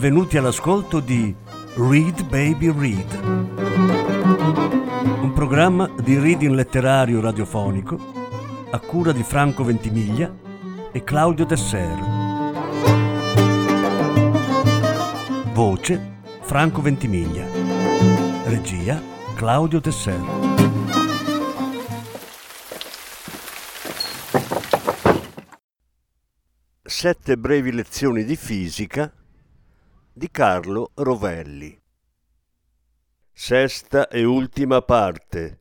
benvenuti all'ascolto di Read Baby Read, un programma di reading letterario radiofonico a cura di Franco Ventimiglia e Claudio Desser. Voce Franco Ventimiglia. Regia Claudio Desser. Sette brevi lezioni di fisica di Carlo Rovelli. Sesta e ultima parte.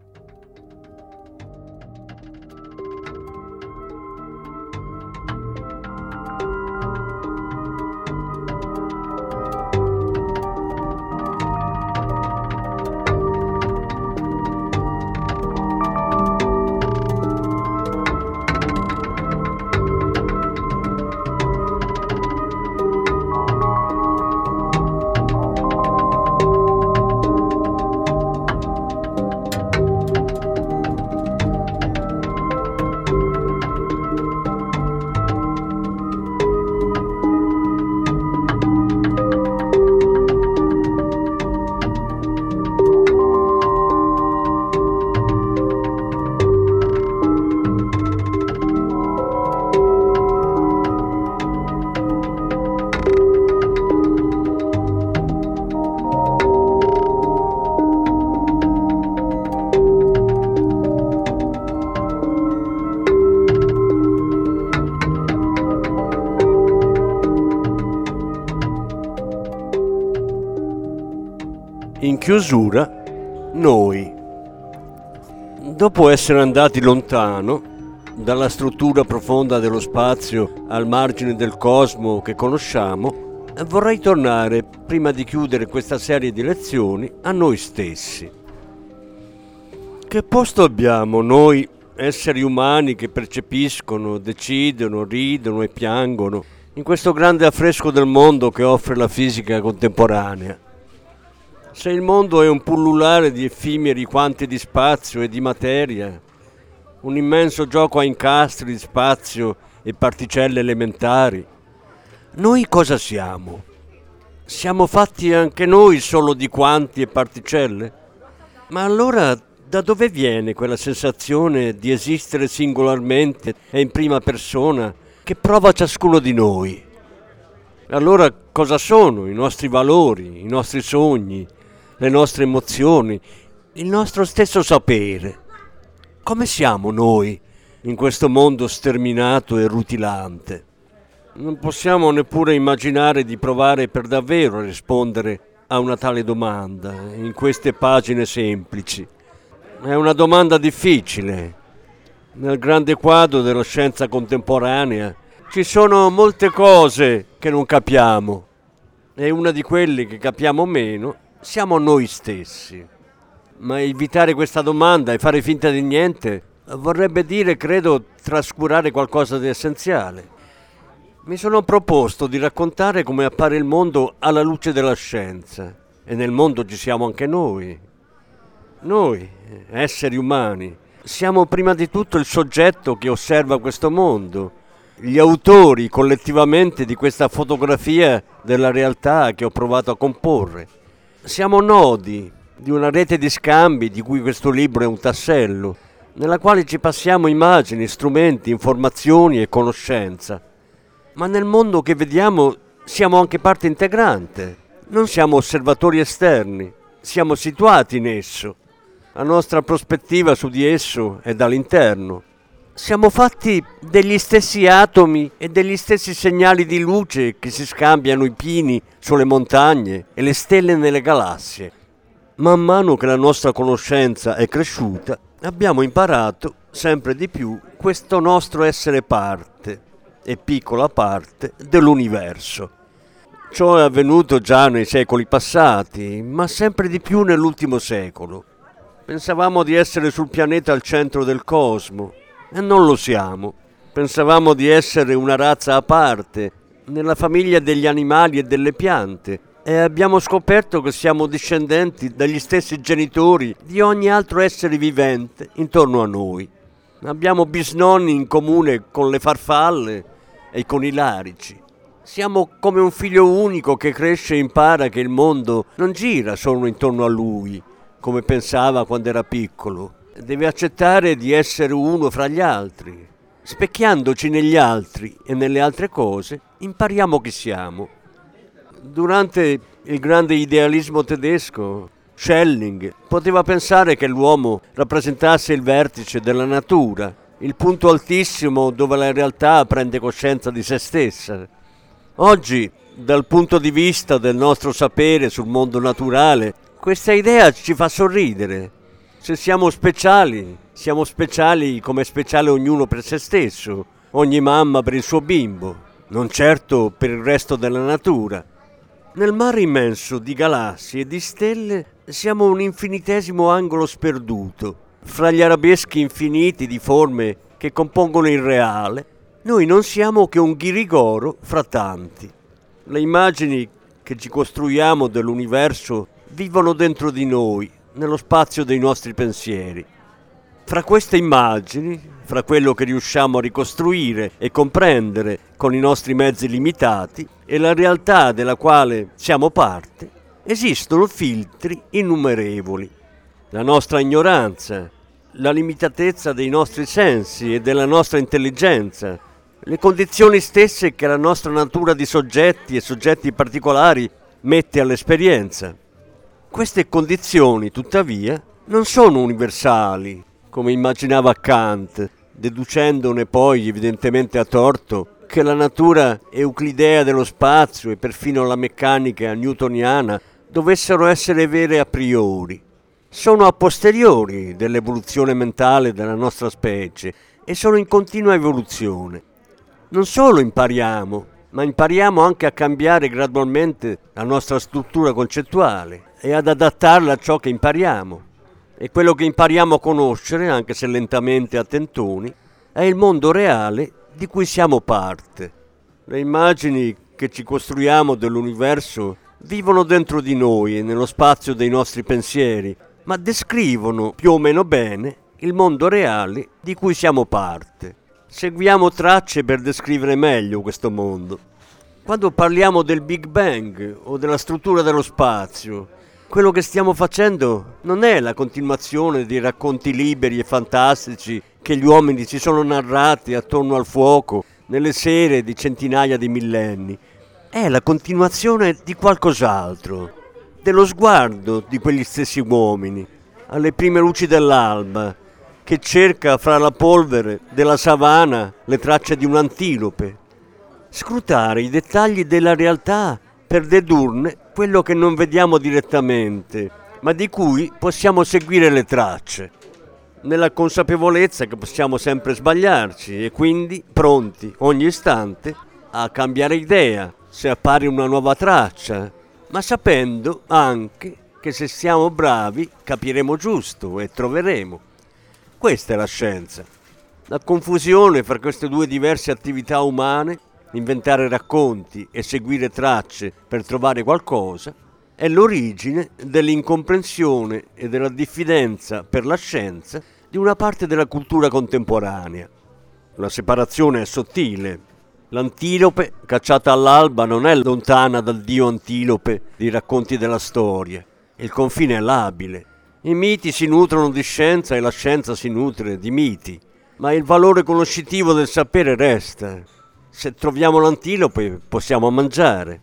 In chiusura, noi. Dopo essere andati lontano, dalla struttura profonda dello spazio al margine del cosmo che conosciamo, vorrei tornare, prima di chiudere questa serie di lezioni, a noi stessi. Che posto abbiamo noi, esseri umani che percepiscono, decidono, ridono e piangono, in questo grande affresco del mondo che offre la fisica contemporanea? Se il mondo è un pullulare di effimeri quanti di spazio e di materia, un immenso gioco a incastri di spazio e particelle elementari, noi cosa siamo? Siamo fatti anche noi solo di quanti e particelle? Ma allora da dove viene quella sensazione di esistere singolarmente e in prima persona che prova ciascuno di noi? Allora cosa sono i nostri valori, i nostri sogni, le nostre emozioni, il nostro stesso sapere? Come siamo noi in questo mondo sterminato e rutilante? Non possiamo neppure immaginare di provare per davvero a rispondere a una tale domanda in queste pagine semplici. È una domanda difficile. Nel grande quadro della scienza contemporanea ci sono molte cose che non capiamo e una di quelle che capiamo meno siamo noi stessi. Ma evitare questa domanda e fare finta di niente vorrebbe dire, credo, trascurare qualcosa di essenziale. Mi sono proposto di raccontare come appare il mondo alla luce della scienza, e nel mondo ci siamo anche noi. Noi, esseri umani, siamo prima di tutto il soggetto che osserva questo mondo, gli autori collettivamente di questa fotografia della realtà che ho provato a comporre. Siamo nodi di una rete di scambi di cui questo libro è un tassello, nella quale ci passiamo immagini, strumenti, informazioni e conoscenza. Ma nel mondo che vediamo siamo anche parte integrante. Non siamo osservatori esterni, siamo situati in esso. La nostra prospettiva su di esso è dall'interno. Siamo fatti degli stessi atomi e degli stessi segnali di luce che si scambiano i pini sulle montagne e le stelle nelle galassie. Man mano che la nostra conoscenza è cresciuta, abbiamo imparato sempre di più questo nostro essere parte, e piccola parte, dell'universo. Ciò è avvenuto già nei secoli passati, ma sempre di più nell'ultimo secolo. Pensavamo di essere sul pianeta al centro del cosmo, e non lo siamo. Pensavamo di essere una razza a parte, nella famiglia degli animali e delle piante, e abbiamo scoperto che siamo discendenti dagli stessi genitori di ogni altro essere vivente intorno a noi. Abbiamo bisnonni in comune con le farfalle e con i larici. Siamo come un figlio unico che cresce e impara che il mondo non gira solo intorno a lui, come pensava quando era piccolo. Deve accettare di essere uno fra gli altri. Specchiandoci negli altri e nelle altre cose, impariamo chi siamo. Durante il grande idealismo tedesco, Schelling poteva pensare che l'uomo rappresentasse il vertice della natura, il punto altissimo dove la realtà prende coscienza di se stessa. Oggi, dal punto di vista del nostro sapere sul mondo naturale, questa idea ci fa sorridere. Se siamo speciali come è speciale ognuno per se stesso, ogni mamma per il suo bimbo, non certo per il resto della natura. Nel mare immenso di galassie e di stelle siamo un infinitesimo angolo sperduto, fra gli arabeschi infiniti di forme che compongono il reale. Noi non siamo che un ghirigoro fra tanti. Le immagini che ci costruiamo dell'universo vivono dentro di noi, nello spazio dei nostri pensieri. Fra queste immagini, fra quello che riusciamo a ricostruire e comprendere con i nostri mezzi limitati e la realtà della quale siamo parte, esistono filtri innumerevoli. La nostra ignoranza, la limitatezza dei nostri sensi e della nostra intelligenza, le condizioni stesse che la nostra natura di soggetti e soggetti particolari mette all'esperienza. Queste condizioni, tuttavia, non sono universali, come immaginava Kant, deducendone poi, evidentemente a torto, che la natura euclidea dello spazio e perfino la meccanica newtoniana dovessero essere vere a priori. Sono a posteriori dell'evoluzione mentale della nostra specie e sono in continua evoluzione. Non solo impariamo, ma impariamo anche a cambiare gradualmente la nostra struttura concettuale e ad adattarla a ciò che impariamo. E quello che impariamo a conoscere, anche se lentamente a tentoni, è il mondo reale di cui siamo parte. Le immagini che ci costruiamo dell'universo vivono dentro di noi e nello spazio dei nostri pensieri, ma descrivono più o meno bene il mondo reale di cui siamo parte. Seguiamo tracce per descrivere meglio questo mondo. Quando parliamo del Big Bang o della struttura dello spazio, quello che stiamo facendo non è la continuazione dei racconti liberi e fantastici che gli uomini si sono narrati attorno al fuoco nelle sere di centinaia di millenni. È la continuazione di qualcos'altro, dello sguardo di quegli stessi uomini, alle prime luci dell'alba, che cerca fra la polvere della savana le tracce di un antilope. Scrutare i dettagli della realtà per dedurne quello che non vediamo direttamente, ma di cui possiamo seguire le tracce, nella consapevolezza che possiamo sempre sbagliarci e quindi pronti ogni istante a cambiare idea se appare una nuova traccia, ma sapendo anche che se siamo bravi capiremo giusto e troveremo. Questa è la scienza. La confusione fra queste due diverse attività umane, inventare racconti e seguire tracce per trovare qualcosa, è l'origine dell'incomprensione e della diffidenza per la scienza di una parte della cultura contemporanea. La separazione è sottile. L'antilope cacciata all'alba non è lontana dal dio antilope dei racconti della storia. Il confine è labile. I miti si nutrono di scienza e la scienza si nutre di miti, ma il valore conoscitivo del sapere resta. Se troviamo l'antilope possiamo mangiare.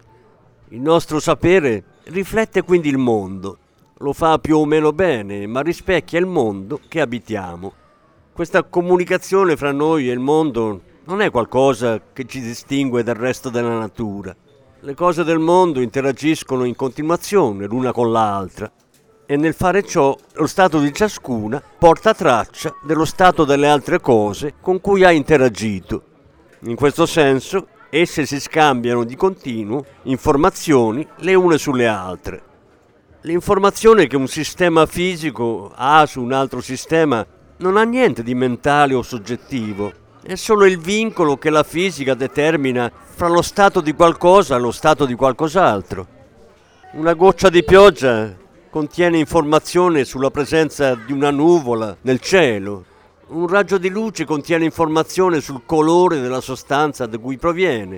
Il nostro sapere riflette quindi il mondo, lo fa più o meno bene, ma rispecchia il mondo che abitiamo. Questa comunicazione fra noi e il mondo non è qualcosa che ci distingue dal resto della natura. Le cose del mondo interagiscono in continuazione l'una con l'altra. E nel fare ciò lo stato di ciascuna porta traccia dello stato delle altre cose con cui ha interagito. In questo senso, esse si scambiano di continuo informazioni le une sulle altre. L'informazione che un sistema fisico ha su un altro sistema non ha niente di mentale o soggettivo, è solo il vincolo che la fisica determina fra lo stato di qualcosa e lo stato di qualcos'altro. Una goccia di pioggia contiene informazione sulla presenza di una nuvola nel cielo. Un raggio di luce contiene informazione sul colore della sostanza da cui proviene.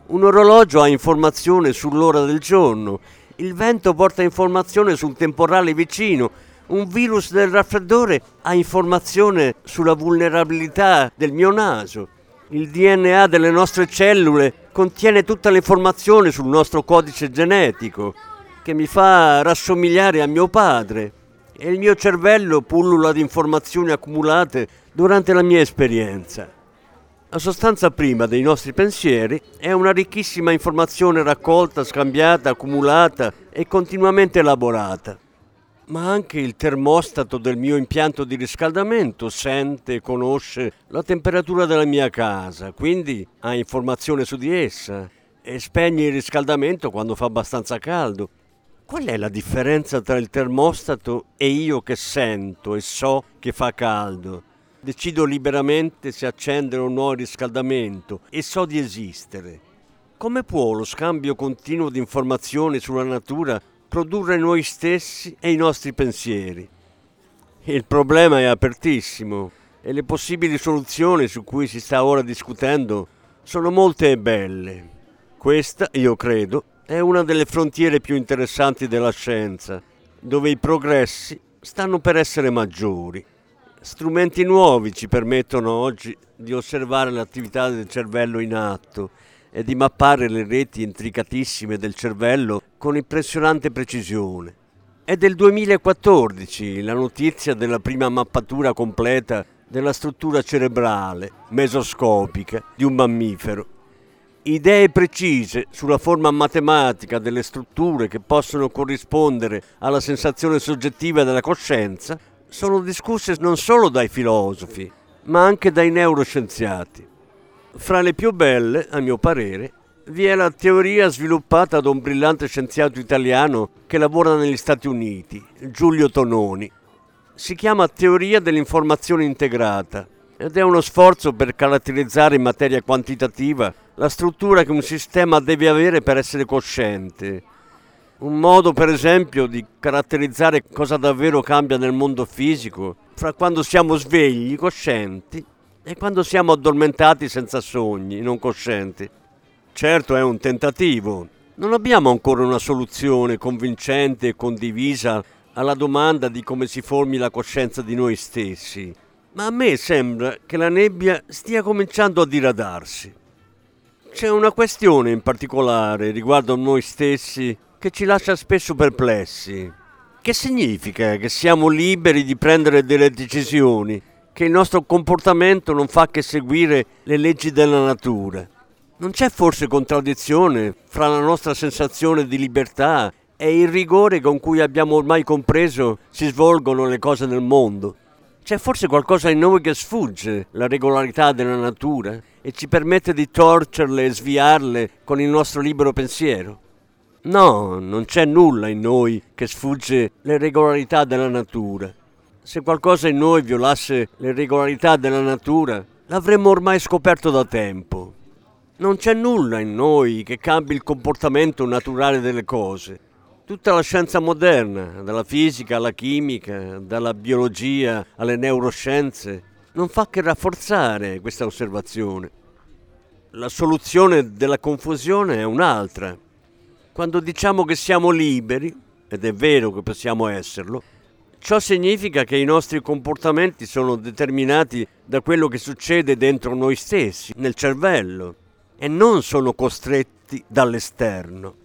Un orologio ha informazione sull'ora del giorno, il vento porta informazione sul temporale vicino, un virus del raffreddore ha informazione sulla vulnerabilità del mio naso. Il DNA delle nostre cellule contiene tutta l'informazione sul nostro codice genetico, che mi fa rassomigliare a mio padre, e il mio cervello pullula di informazioni accumulate durante la mia esperienza. La sostanza prima dei nostri pensieri è una ricchissima informazione raccolta, scambiata, accumulata e continuamente elaborata. Ma anche il termostato del mio impianto di riscaldamento sente e conosce la temperatura della mia casa, quindi ha informazione su di essa e spegne il riscaldamento quando fa abbastanza caldo. Qual è la differenza tra il termostato e io che sento e so che fa caldo? Decido liberamente se accendere o no il riscaldamento e so di esistere. Come può lo scambio continuo di informazioni sulla natura produrre noi stessi e i nostri pensieri? Il problema è apertissimo e le possibili soluzioni su cui si sta ora discutendo sono molte e belle. Questa, io credo, è una delle frontiere più interessanti della scienza, dove i progressi stanno per essere maggiori. Strumenti nuovi ci permettono oggi di osservare l'attività del cervello in atto e di mappare le reti intricatissime del cervello con impressionante precisione. È del 2014 la notizia della prima mappatura completa della struttura cerebrale mesoscopica di un mammifero. Idee precise sulla forma matematica delle strutture che possono corrispondere alla sensazione soggettiva della coscienza sono discusse non solo dai filosofi, ma anche dai neuroscienziati. Fra le più belle, a mio parere, vi è la teoria sviluppata da un brillante scienziato italiano che lavora negli Stati Uniti, Giulio Tononi. Si chiama teoria dell'informazione integrata ed è uno sforzo per caratterizzare in materia quantitativa la struttura che un sistema deve avere per essere cosciente. Un modo, per esempio, di caratterizzare cosa davvero cambia nel mondo fisico fra quando siamo svegli, coscienti, e quando siamo addormentati senza sogni, non coscienti. Certo è un tentativo. Non abbiamo ancora una soluzione convincente e condivisa alla domanda di come si formi la coscienza di noi stessi, ma a me sembra che la nebbia stia cominciando a diradarsi. C'è una questione in particolare riguardo a noi stessi che ci lascia spesso perplessi. Che significa che siamo liberi di prendere delle decisioni, che il nostro comportamento non fa che seguire le leggi della natura? Non c'è forse contraddizione fra la nostra sensazione di libertà e il rigore con cui abbiamo ormai compreso si svolgono le cose nel mondo? C'è forse qualcosa in noi che sfugge la regolarità della natura e ci permette di torcerle e sviarle con il nostro libero pensiero? No, non c'è nulla in noi che sfugge le regolarità della natura. Se qualcosa in noi violasse le regolarità della natura, l'avremmo ormai scoperto da tempo. Non c'è nulla in noi che cambi il comportamento naturale delle cose. Tutta la scienza moderna, dalla fisica alla chimica, dalla biologia alle neuroscienze, non fa che rafforzare questa osservazione. La soluzione della confusione è un'altra. Quando diciamo che siamo liberi, ed è vero che possiamo esserlo, ciò significa che i nostri comportamenti sono determinati da quello che succede dentro noi stessi, nel cervello, e non sono costretti dall'esterno.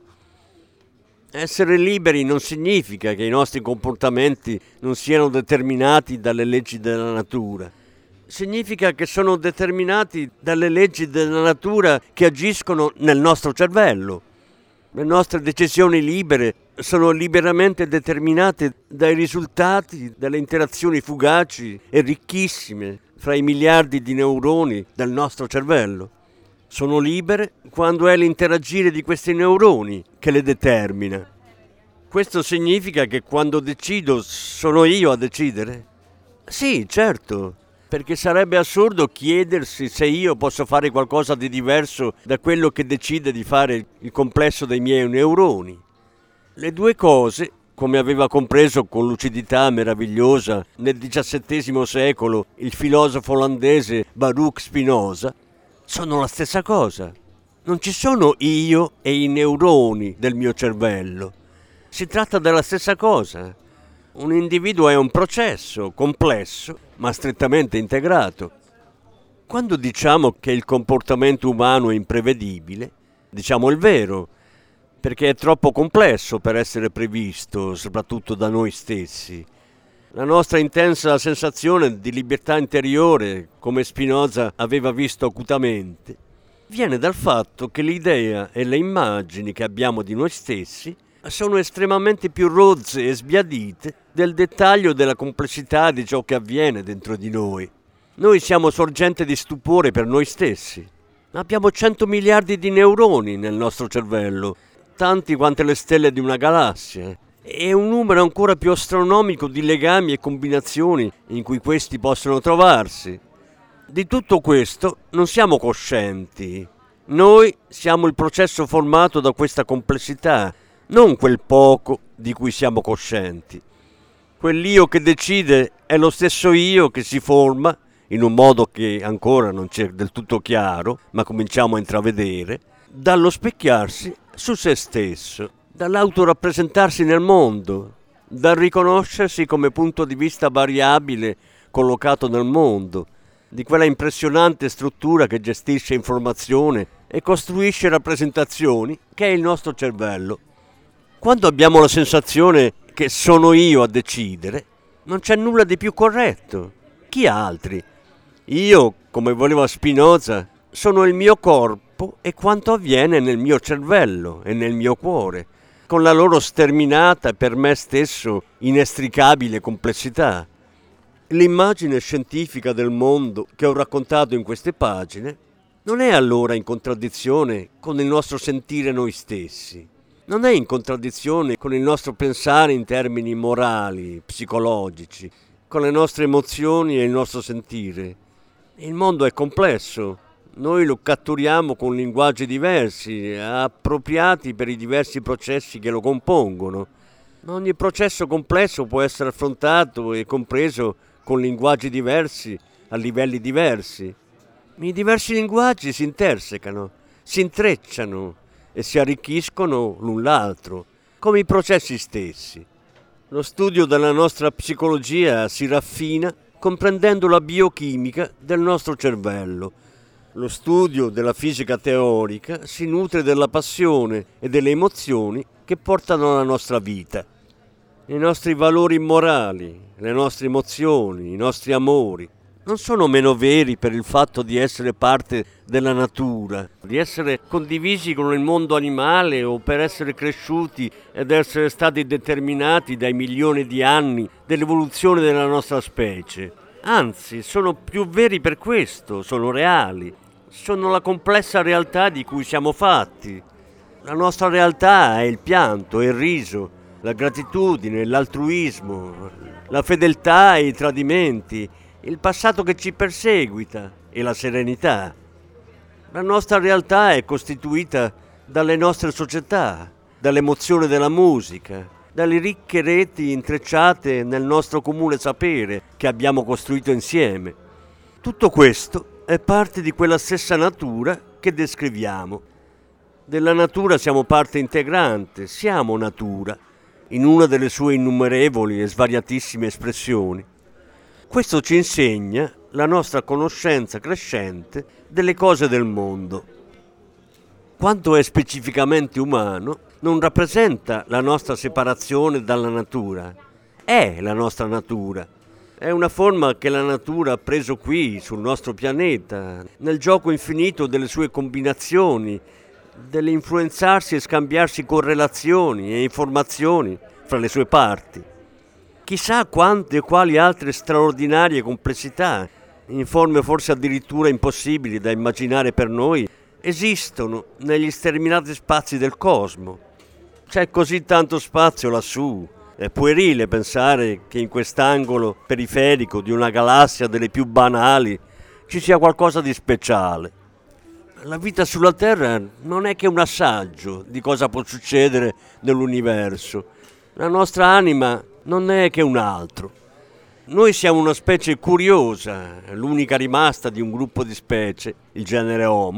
Essere liberi non significa che i nostri comportamenti non siano determinati dalle leggi della natura. Significa che sono determinati dalle leggi della natura che agiscono nel nostro cervello. Le nostre decisioni libere sono liberamente determinate dai risultati delle interazioni fugaci e ricchissime fra i miliardi di neuroni del nostro cervello. Sono libere quando è l'interagire di questi neuroni che le determina. Questo significa che quando decido sono io a decidere? Sì, certo, perché sarebbe assurdo chiedersi se io posso fare qualcosa di diverso da quello che decide di fare il complesso dei miei neuroni. Le due cose, come aveva compreso con lucidità meravigliosa nel XVII secolo il filosofo olandese Baruch Spinoza, sono la stessa cosa. Non ci sono io e i neuroni del mio cervello. Si tratta della stessa cosa. Un individuo è un processo complesso, ma strettamente integrato. Quando diciamo che il comportamento umano è imprevedibile, diciamo il vero, perché è troppo complesso per essere previsto, soprattutto da noi stessi. La nostra intensa sensazione di libertà interiore, come Spinoza aveva visto acutamente, viene dal fatto che l'idea e le immagini che abbiamo di noi stessi sono estremamente più rozze e sbiadite del dettaglio della complessità di ciò che avviene dentro di noi. Noi siamo sorgente di stupore per noi stessi. Abbiamo 100 miliardi di neuroni nel nostro cervello, tanti quante le stelle di una galassia, e un numero ancora più astronomico di legami e combinazioni in cui questi possono trovarsi. Di tutto questo non siamo coscienti. Noi siamo il processo formato da questa complessità, non quel poco di cui siamo coscienti. Quell'io che decide è lo stesso io che si forma, in un modo che ancora non c'è del tutto chiaro, ma cominciamo a intravedere, dallo specchiarsi su se stesso, dall'autorappresentarsi nel mondo, dal riconoscersi come punto di vista variabile collocato nel mondo, di quella impressionante struttura che gestisce informazione e costruisce rappresentazioni, che è il nostro cervello. Quando abbiamo la sensazione che sono io a decidere, non c'è nulla di più corretto. Chi altri? Io, come voleva Spinoza, sono il mio corpo e quanto avviene nel mio cervello e nel mio cuore, con la loro sterminata e per me stesso inestricabile complessità. L'immagine scientifica del mondo che ho raccontato in queste pagine non è allora in contraddizione con il nostro sentire noi stessi, non è in contraddizione con il nostro pensare in termini morali, psicologici, con le nostre emozioni e il nostro sentire. Il mondo è complesso, noi lo catturiamo con linguaggi diversi, appropriati per i diversi processi che lo compongono. Ogni processo complesso può essere affrontato e compreso con linguaggi diversi, a livelli diversi. I diversi linguaggi si intersecano, si intrecciano e si arricchiscono l'un l'altro, come i processi stessi. Lo studio della nostra psicologia si raffina comprendendo la biochimica del nostro cervello. Lo studio della fisica teorica si nutre della passione e delle emozioni che portano la nostra vita. I nostri valori morali, le nostre emozioni, i nostri amori non sono meno veri per il fatto di essere parte della natura, di essere condivisi con il mondo animale o per essere cresciuti ed essere stati determinati dai milioni di anni dell'evoluzione della nostra specie. Anzi, sono più veri per questo, sono reali, sono la complessa realtà di cui siamo fatti. La nostra realtà è il pianto, è il riso, la gratitudine, l'altruismo, la fedeltà e i tradimenti, il passato che ci perseguita e la serenità. La nostra realtà è costituita dalle nostre società, dall'emozione della musica, dalle ricche reti intrecciate nel nostro comune sapere che abbiamo costruito insieme. Tutto questo è parte di quella stessa natura che descriviamo. Della natura siamo parte integrante, siamo natura, in una delle sue innumerevoli e svariatissime espressioni. Questo ci insegna la nostra conoscenza crescente delle cose del mondo. Quanto è specificamente umano non rappresenta la nostra separazione dalla natura, è la nostra natura. È una forma che la natura ha preso qui, sul nostro pianeta, nel gioco infinito delle sue combinazioni, dell'influenzarsi e scambiarsi correlazioni e informazioni fra le sue parti. Chissà quante e quali altre straordinarie complessità, in forme forse addirittura impossibili da immaginare per noi, esistono negli sterminati spazi del cosmo. C'è così tanto spazio lassù. È puerile pensare che in quest'angolo periferico di una galassia delle più banali ci sia qualcosa di speciale. La vita sulla Terra non è che un assaggio di cosa può succedere nell'universo. La nostra anima non è che un altro. Noi siamo una specie curiosa, l'unica rimasta di un gruppo di specie, il genere Homo,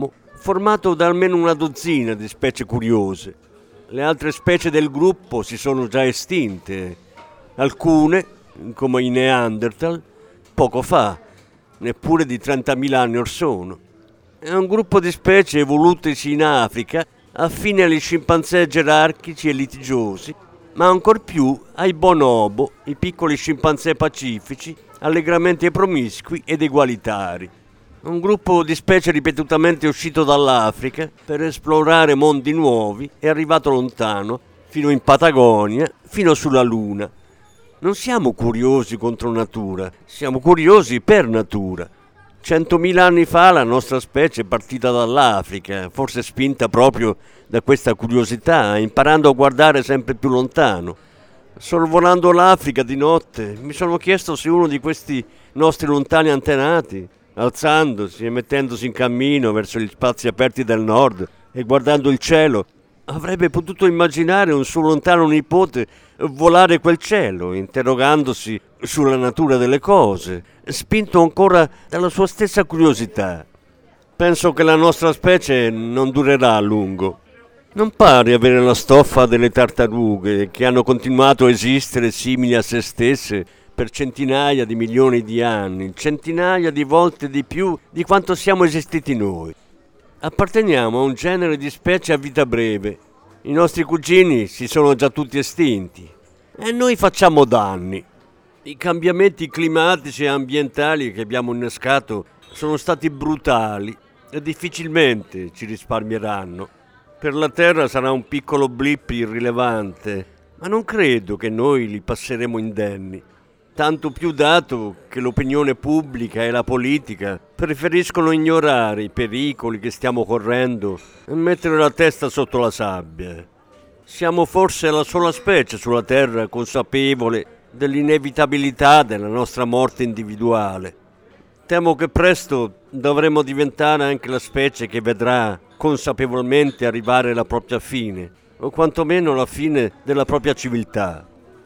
formato da almeno una dozzina di specie curiose. Le altre specie del gruppo si sono già estinte. Alcune, come i Neanderthal, poco fa, neppure di 30.000 anni or sono. È un gruppo di specie evolutesi in Africa, affine agli scimpanzé gerarchici e litigiosi, ma ancor più ai bonobo, i piccoli scimpanzé pacifici, allegramente promiscui ed egualitari. Un gruppo di specie ripetutamente uscito dall'Africa per esplorare mondi nuovi è arrivato lontano, fino in Patagonia, fino sulla Luna. Non siamo curiosi contro natura, siamo curiosi per natura. 100.000 anni fa la nostra specie è partita dall'Africa, forse spinta proprio da questa curiosità, imparando a guardare sempre più lontano. Sorvolando l'Africa di notte, mi sono chiesto se uno di questi nostri lontani antenati, alzandosi e mettendosi in cammino verso gli spazi aperti del nord e guardando il cielo, avrebbe potuto immaginare un suo lontano nipote volare quel cielo, interrogandosi sulla natura delle cose, spinto ancora dalla sua stessa curiosità. Penso che la nostra specie non durerà a lungo. Non pare avere la stoffa delle tartarughe, che hanno continuato a esistere simili a se stesse per centinaia di milioni di anni, centinaia di volte di più di quanto siamo esistiti noi. Apparteniamo a un genere di specie a vita breve. I nostri cugini si sono già tutti estinti e noi facciamo danni. I cambiamenti climatici e ambientali che abbiamo innescato sono stati brutali e difficilmente ci risparmieranno. Per la Terra sarà un piccolo blip irrilevante, ma non credo che noi li passeremo indenni. Tanto più dato che l'opinione pubblica e la politica preferiscono ignorare i pericoli che stiamo correndo e mettere la testa sotto la sabbia. Siamo forse la sola specie sulla Terra consapevole dell'inevitabilità della nostra morte individuale. Temo che presto dovremo diventare anche la specie che vedrà consapevolmente arrivare la propria fine, o quantomeno la fine della propria civiltà.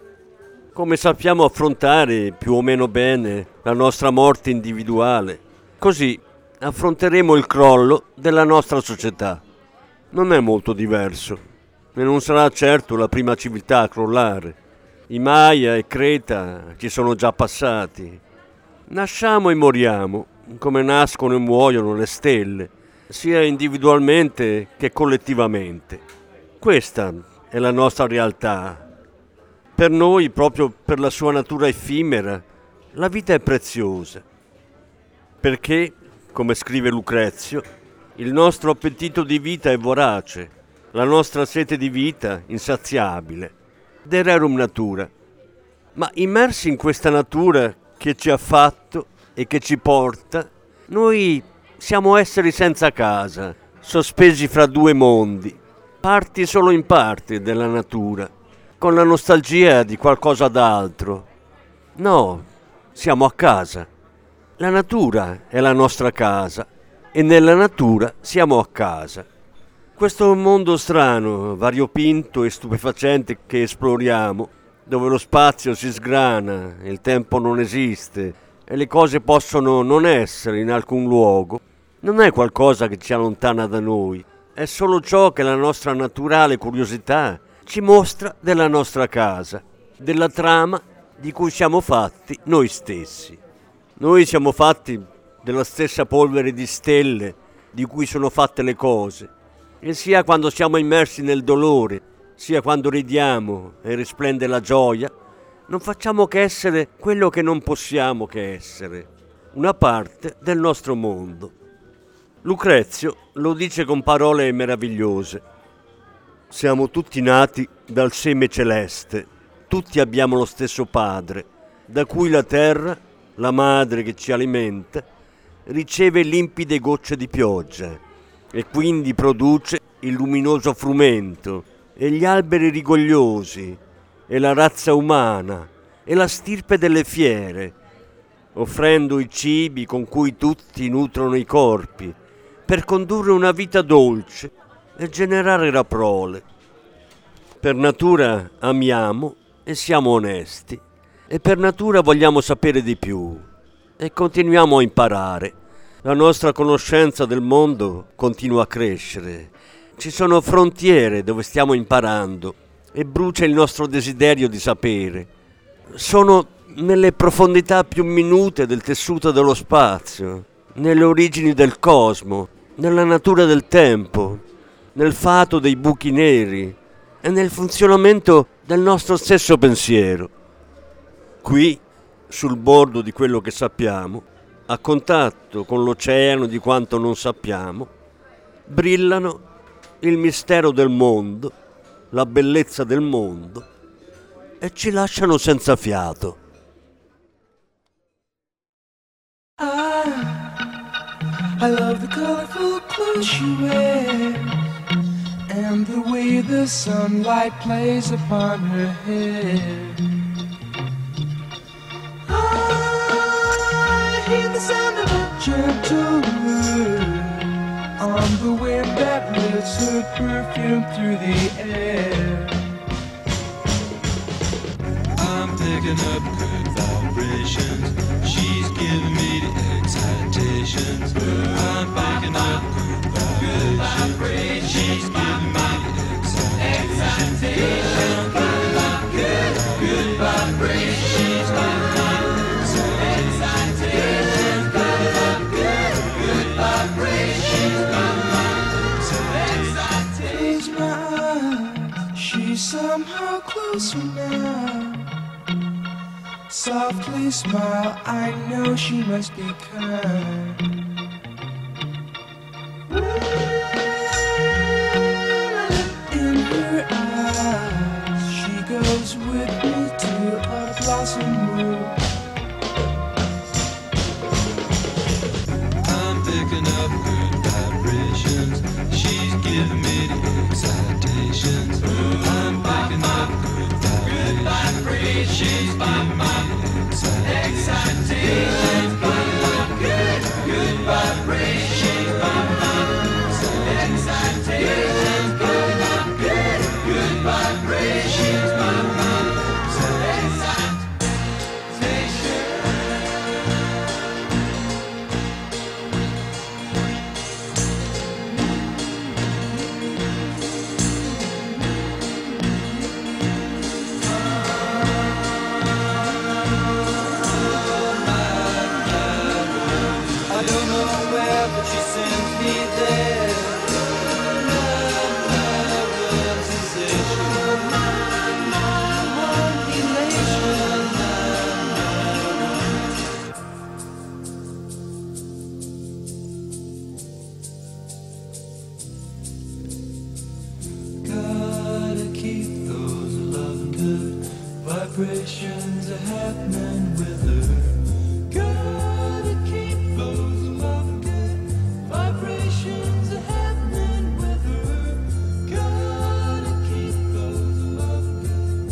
Come sappiamo affrontare più o meno bene la nostra morte individuale, così affronteremo il crollo della nostra società. Non è molto diverso, e non sarà certo la prima civiltà a crollare. I Maya e Creta ci sono già passati. Nasciamo e moriamo, come nascono e muoiono le stelle, sia individualmente che collettivamente. Questa è la nostra realtà. Per noi, proprio per la sua natura effimera, la vita è preziosa. Perché, come scrive Lucrezio, il nostro appetito di vita è vorace, la nostra sete di vita insaziabile. De rerum natura. Ma immersi in questa natura che ci ha fatto e che ci porta, noi siamo esseri senza casa, sospesi fra due mondi, parti solo in parte della natura, con la nostalgia di qualcosa d'altro. No, siamo a casa. La natura è la nostra casa e nella natura siamo a casa. Questo mondo strano, variopinto e stupefacente che esploriamo, dove lo spazio si sgrana, il tempo non esiste e le cose possono non essere in alcun luogo, non è qualcosa che ci allontana da noi, è solo ciò che la nostra naturale curiosità ci mostra della nostra casa, della trama di cui siamo fatti noi stessi. Noi siamo fatti della stessa polvere di stelle di cui sono fatte le cose, e sia quando siamo immersi nel dolore, sia quando ridiamo e risplende la gioia, non facciamo che essere quello che non possiamo che essere, una parte del nostro mondo. Lucrezio lo dice con parole meravigliose. Siamo tutti nati dal seme celeste, tutti abbiamo lo stesso padre, da cui la terra, la madre che ci alimenta, riceve limpide gocce di pioggia e quindi produce il luminoso frumento e gli alberi rigogliosi e la razza umana e la stirpe delle fiere, offrendo i cibi con cui tutti nutrono i corpi per condurre una vita dolce e generare la prole. Per natura amiamo e siamo onesti, e per natura vogliamo sapere di più, e continuiamo a imparare, La nostra conoscenza del mondo continua a crescere. Ci sono frontiere dove stiamo imparando e brucia il nostro desiderio di sapere. Sono nelle profondità più minute del tessuto dello spazio, nelle origini del cosmo, nella natura del tempo, nel fato dei buchi neri e nel funzionamento del nostro stesso pensiero. Qui, sul bordo di quello che sappiamo, a contatto con l'oceano di quanto non sappiamo, brillano il mistero del mondo, la bellezza del mondo e ci lasciano senza fiato. I love the colorful clothes she wears and the way the sunlight plays upon her hair. I hear the sound of a gentle word on the wind that lifts her perfume through the air. I'm picking up good vibrations. She's giving me the excitations. I'm picking up good vibrations. She's giving me the excitations. Good vibrations. She's giving me the excitations. Good vibrations. Close my eyes. She's somehow closer now. Softly smile, I know she must be kind. In her eyes, she goes with me to a blossom room. I'm picking up good vibrations. She's giving me the excitations. I'm picking up good vibrations. She's giving me excitations, good vibrations, excitations, good vibrations, vibrations are happening with her. Gotta keep those love good vibrations are happening with her. Gotta keep those love good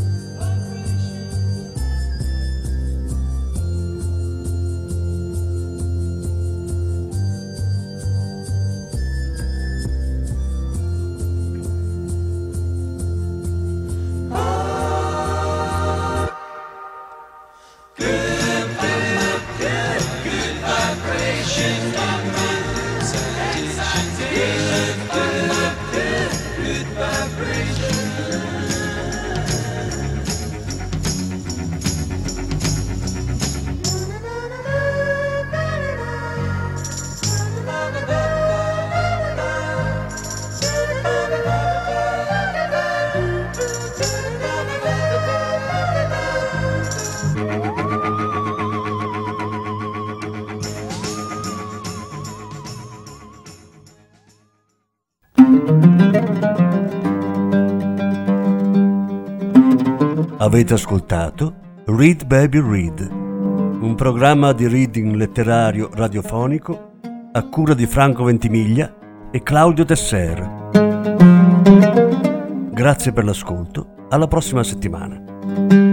Avete ascoltato Read Baby Read, un programma di reading letterario radiofonico a cura di Franco Ventimiglia e Claudio Tesser. Grazie per l'ascolto, alla prossima settimana.